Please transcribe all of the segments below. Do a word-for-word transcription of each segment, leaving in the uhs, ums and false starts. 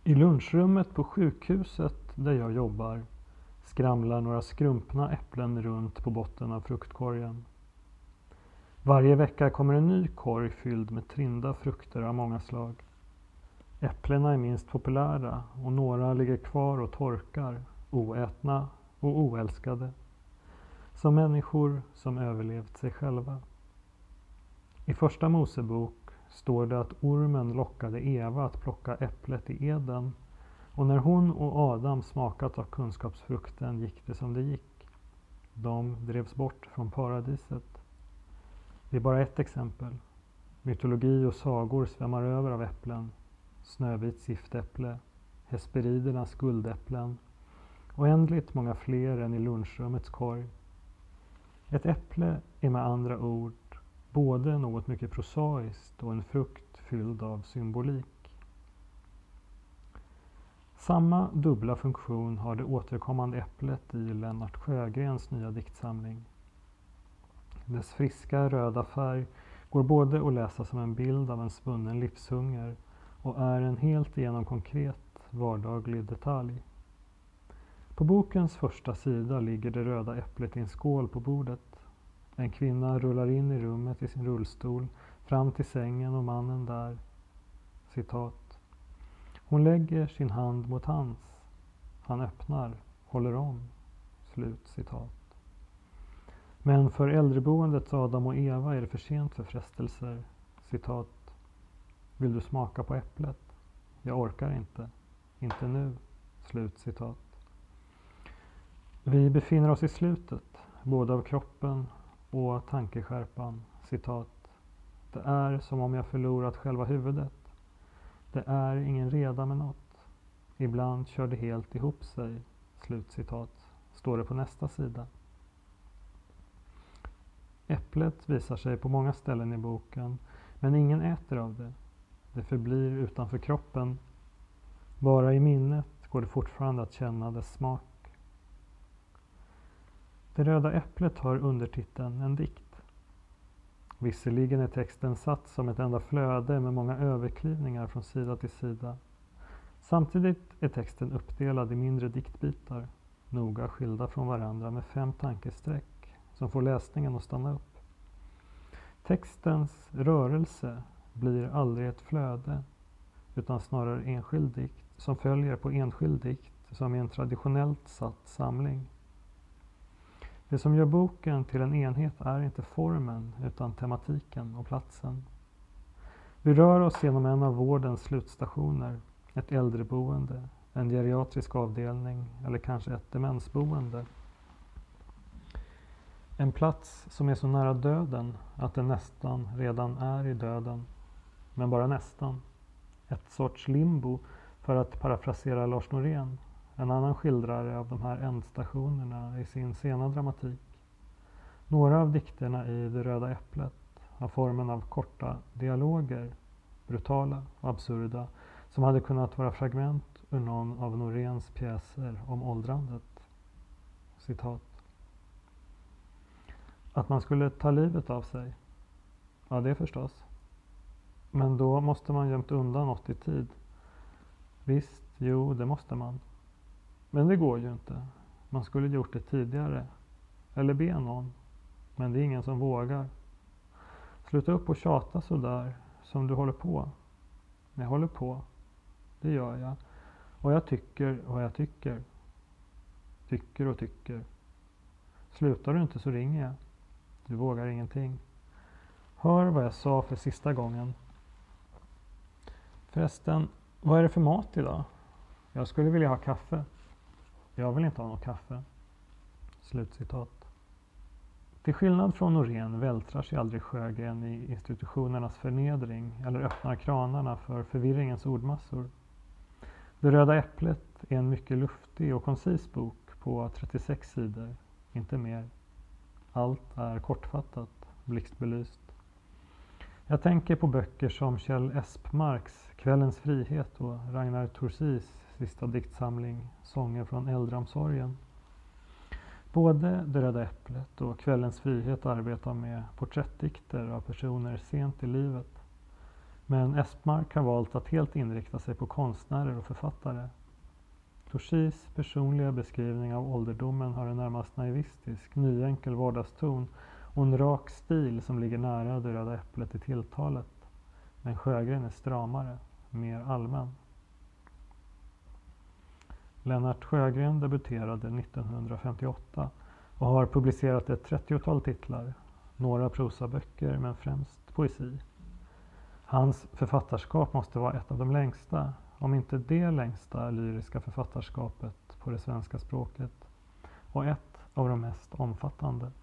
I lunchrummet på sjukhuset där jag jobbar skramlar några skrumpna äpplen runt på botten av fruktkorgen. Varje vecka kommer en ny korg fylld med trinda frukter av många slag. Äpplena är minst populära och några ligger kvar och torkar, oätna och oälskade. Som människor som överlevt sig själva. I första Mosebok står det att ormen lockade Eva att plocka äpplet i Eden, och när hon och Adam smakat av kunskapsfrukten gick det som det gick. De drevs bort från paradiset. Det är bara ett exempel. Mytologi och sagor svämmar över av äpplen. Snövits giftäpple, Hesperidernas guldäpplen och ändligt många fler än i lunchrummets korg. Ett äpple är med andra ord både något mycket prosaiskt och en frukt fylld av symbolik. Samma dubbla funktion har det återkommande äpplet i Lennart Sjögrens nya diktsamling. Dess friska röda färg går både att läsa som en bild av en spunnen livshunger och är en helt igenom konkret vardaglig detalj. På bokens första sida ligger det röda äpplet i en skål på bordet. En kvinna rullar in i rummet i sin rullstol, fram till sängen och mannen där. Citat. Hon lägger sin hand mot hans. Han öppnar, håller om. Slut citat. Men för äldreboendets Adam och Eva är det för sent för frestelser. Citat. Vill du smaka på äpplet? Jag orkar inte. Inte nu. Slut citat. Vi befinner oss i slutet, både av kroppen och tankeskärpan. Citat. Det är som om jag förlorat själva huvudet. Det är ingen reda med något. Ibland kör det helt ihop sig. Slut citat. Står det på nästa sida. Äpplet visar sig på många ställen i boken, men ingen äter av det. Det förblir utanför kroppen. Bara i minnet går det fortfarande att känna dess smak. Det röda äpplet har undertiteln en dikt. Visserligen är texten satt som ett enda flöde med många överklivningar från sida till sida. Samtidigt är texten uppdelad i mindre diktbitar, noga skilda från varandra med fem tankesträck som får läsningen att stanna upp. Textens rörelse blir aldrig ett flöde, utan snarare enskild dikt som följer på enskild dikt som i en traditionellt satt samling. Det som gör boken till en enhet är inte formen utan tematiken och platsen. Vi rör oss genom en av vårdens slutstationer, ett äldreboende, en geriatrisk avdelning eller kanske ett demensboende. En plats som är så nära döden att den nästan redan är i döden, men bara nästan. Ett sorts limbo, för att parafrasera Lars Norén, en annan skildrare av de här ändstationerna i sin sena dramatik. Några av dikterna i Det röda äpplet har formen av korta dialoger, brutala och absurda, som hade kunnat vara fragment ur någon av Noréns pjäser om åldrandet. Citat. Att man skulle ta livet av sig. Ja, det förstås. Men då måste man gömt undan något i tid. Visst, jo, det måste man. Men det går ju inte. Man skulle gjort det tidigare. Eller be någon. Men det är ingen som vågar. Sluta upp och tjata så där som du håller på. Jag håller på. Det gör jag. Och jag tycker och jag tycker. Tycker och tycker. Slutar du inte så ringer jag. Du vågar ingenting. Hör vad jag sa för sista gången. Förresten, vad är det för mat idag? Jag skulle vilja ha kaffe. Jag vill inte ha något kaffe. Slutcitat. Till skillnad från Norén vältrar sig aldrig Sjögren i institutionernas förnedring eller öppnar kranarna för förvirringens ordmassor. Det röda äpplet är en mycket luftig och koncis bok på trettiosex sidor, inte mer. Allt är kortfattat, blixtbelyst. Jag tänker på böcker som Kjell Espmarks Kvällens frihet och Ragnar Torsis sista diktsamling Sånger från äldreomsorgen. Både Det röda äpplet och Kvällens frihet arbetar med porträttdikter av personer sent i livet. Men Espmark har valt att helt inrikta sig på konstnärer och författare. Toshis personliga beskrivning av ålderdomen har en närmast naivistisk, nyenkel vardagston och en rak stil som ligger nära det röda äpplet i tilltalet. Men Sjögren är stramare, mer allmän. Lennart Sjögren debuterade nittonhundrafemtioåtta och har publicerat ett trettiotal titlar, några prosaböcker men främst poesi. Hans författarskap måste vara ett av de längsta, om inte det längsta lyriska författarskapet på det svenska språket, och ett av de mest omfattande.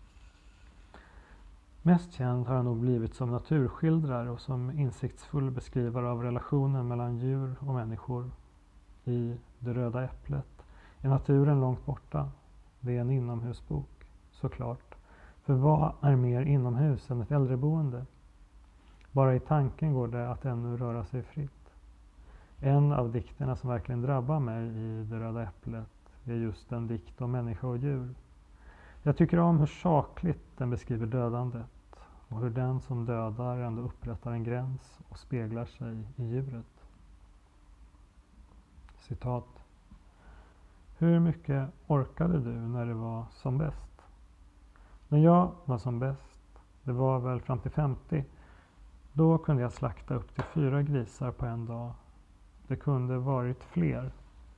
Mest känd har han nog blivit som naturskildrare och som insiktsfull beskrivare av relationen mellan djur och människor. I Det röda äpplet är naturen långt borta. Det är en inomhusbok, såklart. För vad är mer inomhus än ett äldreboende? Bara i tanken går det att ännu röra sig fritt. En av dikterna som verkligen drabbar mig i Det röda äpplet är just en dikt om människa och djur. Jag tycker om hur sakligt den beskriver dödandet och hur den som dödar ändå upprättar en gräns och speglar sig i djuret. Citat. Hur mycket orkade du när det var som bäst? När jag var som bäst, det var väl fram till femtio, då kunde jag slakta upp till fyra grisar på en dag. Det kunde varit fler.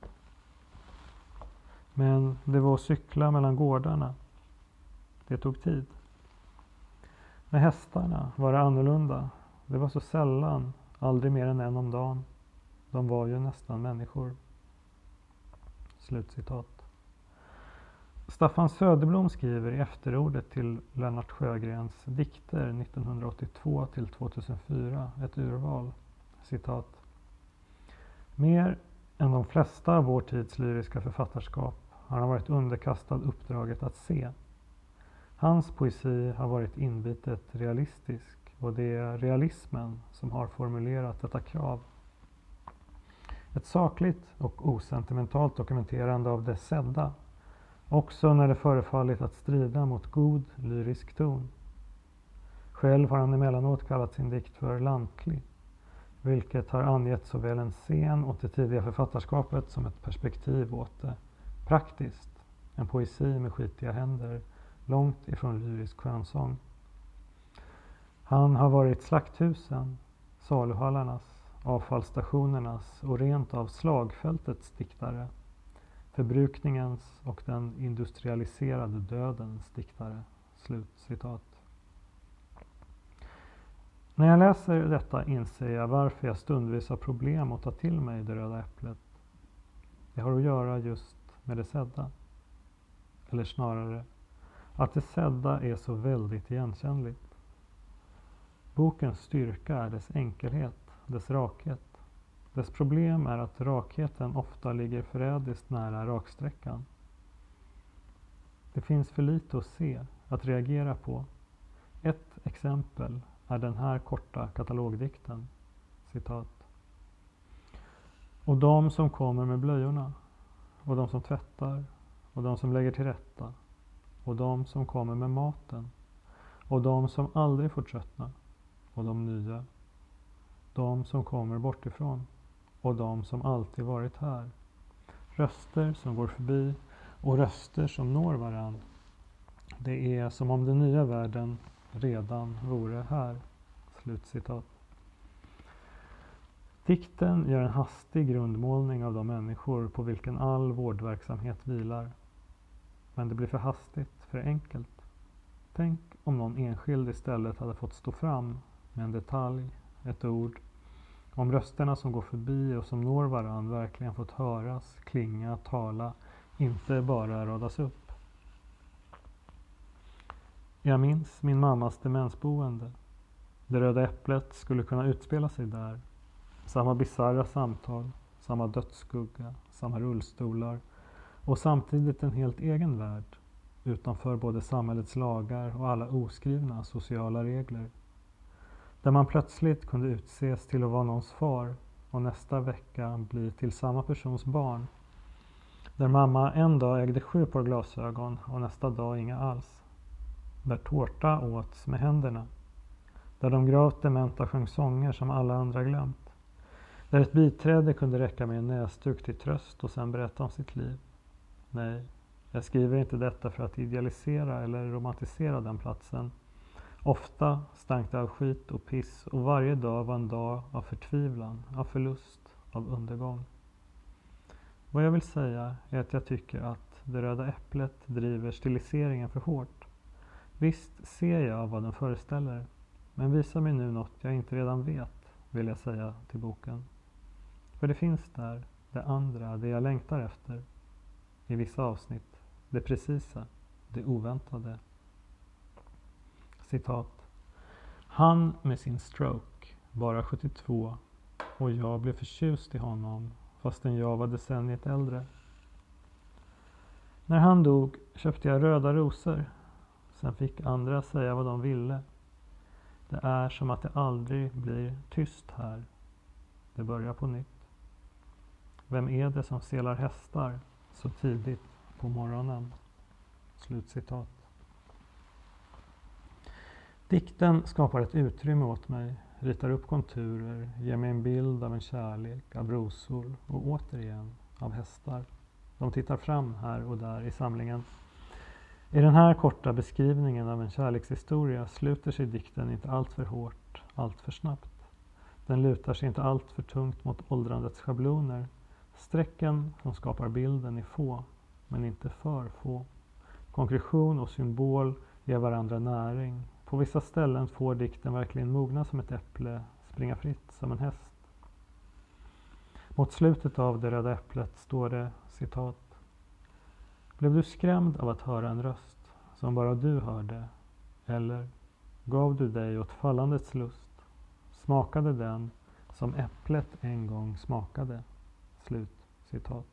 Men det var att cykla mellan gårdarna. Det tog tid. Med hästarna var det annorlunda. Det var så sällan, aldrig mer än en om dagen. De var ju nästan människor. Slutcitat. Staffan Söderblom skriver i efterordet till Lennart Sjögrens dikter nittonhundraåttiotvå till tvåtusenfyra ett urval. Citat. Mer än de flesta av vår tids lyriska författarskap har han varit underkastad uppdraget att se. Hans poesi har varit inbitet realistisk och det är realismen som har formulerat detta krav. Ett sakligt och osentimentalt dokumenterande av det sedda, också när det förefallit att strida mot god lyrisk ton. Själv har han emellanåt kallat sin dikt för lantlig, vilket har angett såväl en scen åt det tidiga författarskapet som ett perspektiv åt det. Praktiskt, en poesi med skitiga händer, långt ifrån lyrisk skönsång. Han har varit slakthusen, saluhallarnas, avfallsstationernas och rent av slagfältets diktare, förbrukningens och den industrialiserade dödens diktare. Slutcitat. När jag läser detta inser jag varför jag stundvis har problem att ta till mig det röda äpplet. Det har att göra just med det sedda. Eller snarare, att det sedda är så väldigt igenkännligt. Bokens styrka är dess enkelhet, dess rakhet. Dess problem är att rakheten ofta ligger förrädiskt nära raksträckan. Det finns för lite att se, att reagera på. Ett exempel är den här korta katalogdikten. Citat. Och de som kommer med blöjorna, och de som tvättar, och de som lägger till rätta, och de som kommer med maten, och de som aldrig får tröttna, och de nya, de som kommer bortifrån, och de som alltid varit här. Röster som går förbi och röster som når varann. Det är som om den nya världen redan vore här. Slutcitat. Dikten gör en hastig grundmålning av de människor på vilken all vårdverksamhet vilar. Men det blir för hastigt, för enkelt. Tänk om någon enskild istället hade fått stå fram med en detalj, ett ord. Om rösterna som går förbi och som når varann verkligen fått höras, klinga, tala, inte bara radas upp. Jag minns min mammas demensboende. Det röda äpplet skulle kunna utspela sig där. Samma bizarra samtal, samma dödsskugga, samma rullstolar och samtidigt en helt egen värld utanför både samhällets lagar och alla oskrivna sociala regler. Där man plötsligt kunde utses till att vara någons far och nästa vecka bli till samma persons barn. Där mamma en dag ägde sju par glasögon och nästa dag inga alls. Där tårta åts med händerna. Där de gravt dementa sjöng sånger som alla andra glömt. Där ett biträde kunde räcka med en näsduk till tröst och sen berätta om sitt liv. Nej, jag skriver inte detta för att idealisera eller romantisera den platsen. Ofta stank det av skit och piss och varje dag var en dag av förtvivlan, av förlust, av undergång. Vad jag vill säga är att jag tycker att Det röda äpplet driver stiliseringen för hårt. Visst ser jag vad den föreställer, men visa mig nu något jag inte redan vet, vill jag säga till boken. För det finns där, det andra, det jag längtar efter. I vissa avsnitt, det precisa, det oväntade. Citat. Han med sin stroke, bara sjuttiotvå, och jag blev förtjust i honom, fastän jag var decenniet äldre. När han dog köpte jag röda rosor. Sen fick andra säga vad de ville. Det är som att det aldrig blir tyst här. Det börjar på nytt. Vem är det som selar hästar så tidigt på morgonen? Slutcitat. Dikten skapar ett utrymme åt mig, ritar upp konturer, ger mig en bild av en kärlek, av rosor och återigen av hästar. De tittar fram här och där i samlingen. I den här korta beskrivningen av en kärlekshistoria sluter sig dikten inte allt för hårt, allt för snabbt. Den lutar sig inte allt för tungt mot åldrandets schabloner. Strecken som skapar bilden är få, men inte för få. Konkretion och symbol ger varandra näring. På vissa ställen får dikten verkligen mogna som ett äpple, springa fritt som en häst. Mot slutet av Det röda äpplet står det, citat. Blev du skrämd av att höra en röst som bara du hörde? Eller gav du dig åt fallandets lust? Smakade den som äpplet en gång smakade? Slut citat.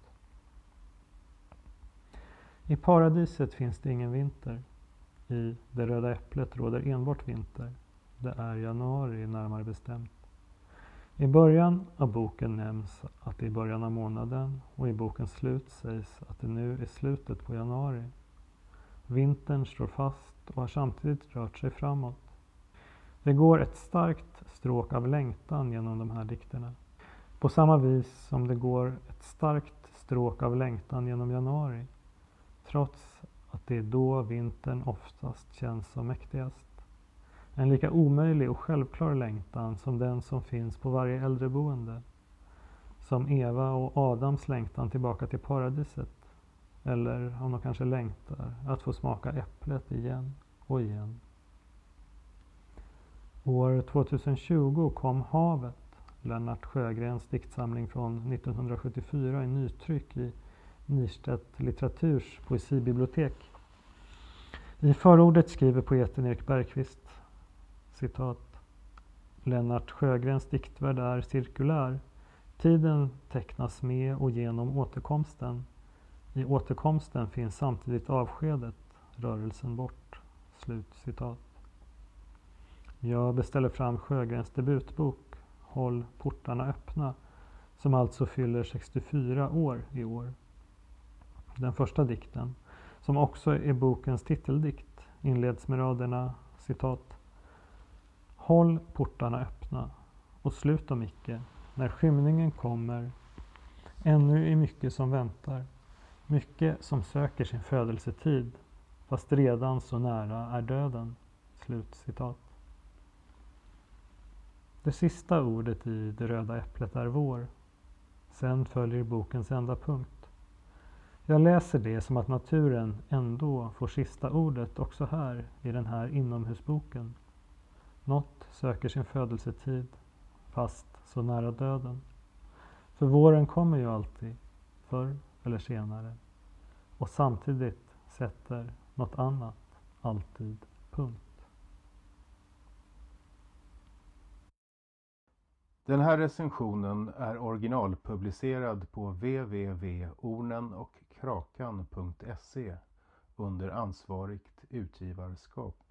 I paradiset finns det ingen vinter. I Det röda äpplet råder enbart vinter. Det är januari närmare bestämt. I början av boken nämns att det är början av månaden och i bokens slut sägs att det nu är slutet på januari. Vintern står fast och har samtidigt rört sig framåt. Det går ett starkt stråk av längtan genom de här dikterna. På samma vis som det går ett starkt stråk av längtan genom januari. Trots att det är då vintern oftast känns som mäktigast. En lika omöjlig och självklar längtan som den som finns på varje äldreboende. Som Eva och Adams längtan tillbaka till paradiset. Eller om de kanske längtar att få smaka äpplet igen och igen. År tjugohundratjugo kom Havet, Lennart Sjögrens diktsamling från nittonhundrasjuttiofyra i nytryck i Nystedt Litteraturs poesibibliotek. I förordet skriver poeten Erik Bergqvist, citat. Lennart Sjögrens diktvärld är cirkulär. Tiden tecknas med och genom återkomsten. I återkomsten finns samtidigt avskedet, rörelsen bort. Slut citat. Jag beställer fram Sjögrens debutbok, Håll portarna öppna, som alltså fyller sextiofyra år i år. Den första dikten, som också är bokens titeldikt, inleds med raderna, citat. Håll portarna öppna och slut dem icke, när skymningen kommer. Ännu är mycket som väntar, mycket som söker sin födelsetid, fast redan så nära är döden. Slut citat. Det sista ordet i Det röda äpplet är vår. Sen följer bokens enda punkt. Jag läser det som att naturen ändå får sista ordet också här i den här inomhusboken. Något söker sin födelsetid, fast så nära döden. För våren kommer ju alltid, förr eller senare. Och samtidigt sätter något annat alltid punkt. Den här recensionen är originalpublicerad på w w w punkt ornen och krakan punkt se under ansvarigt utgivarskap.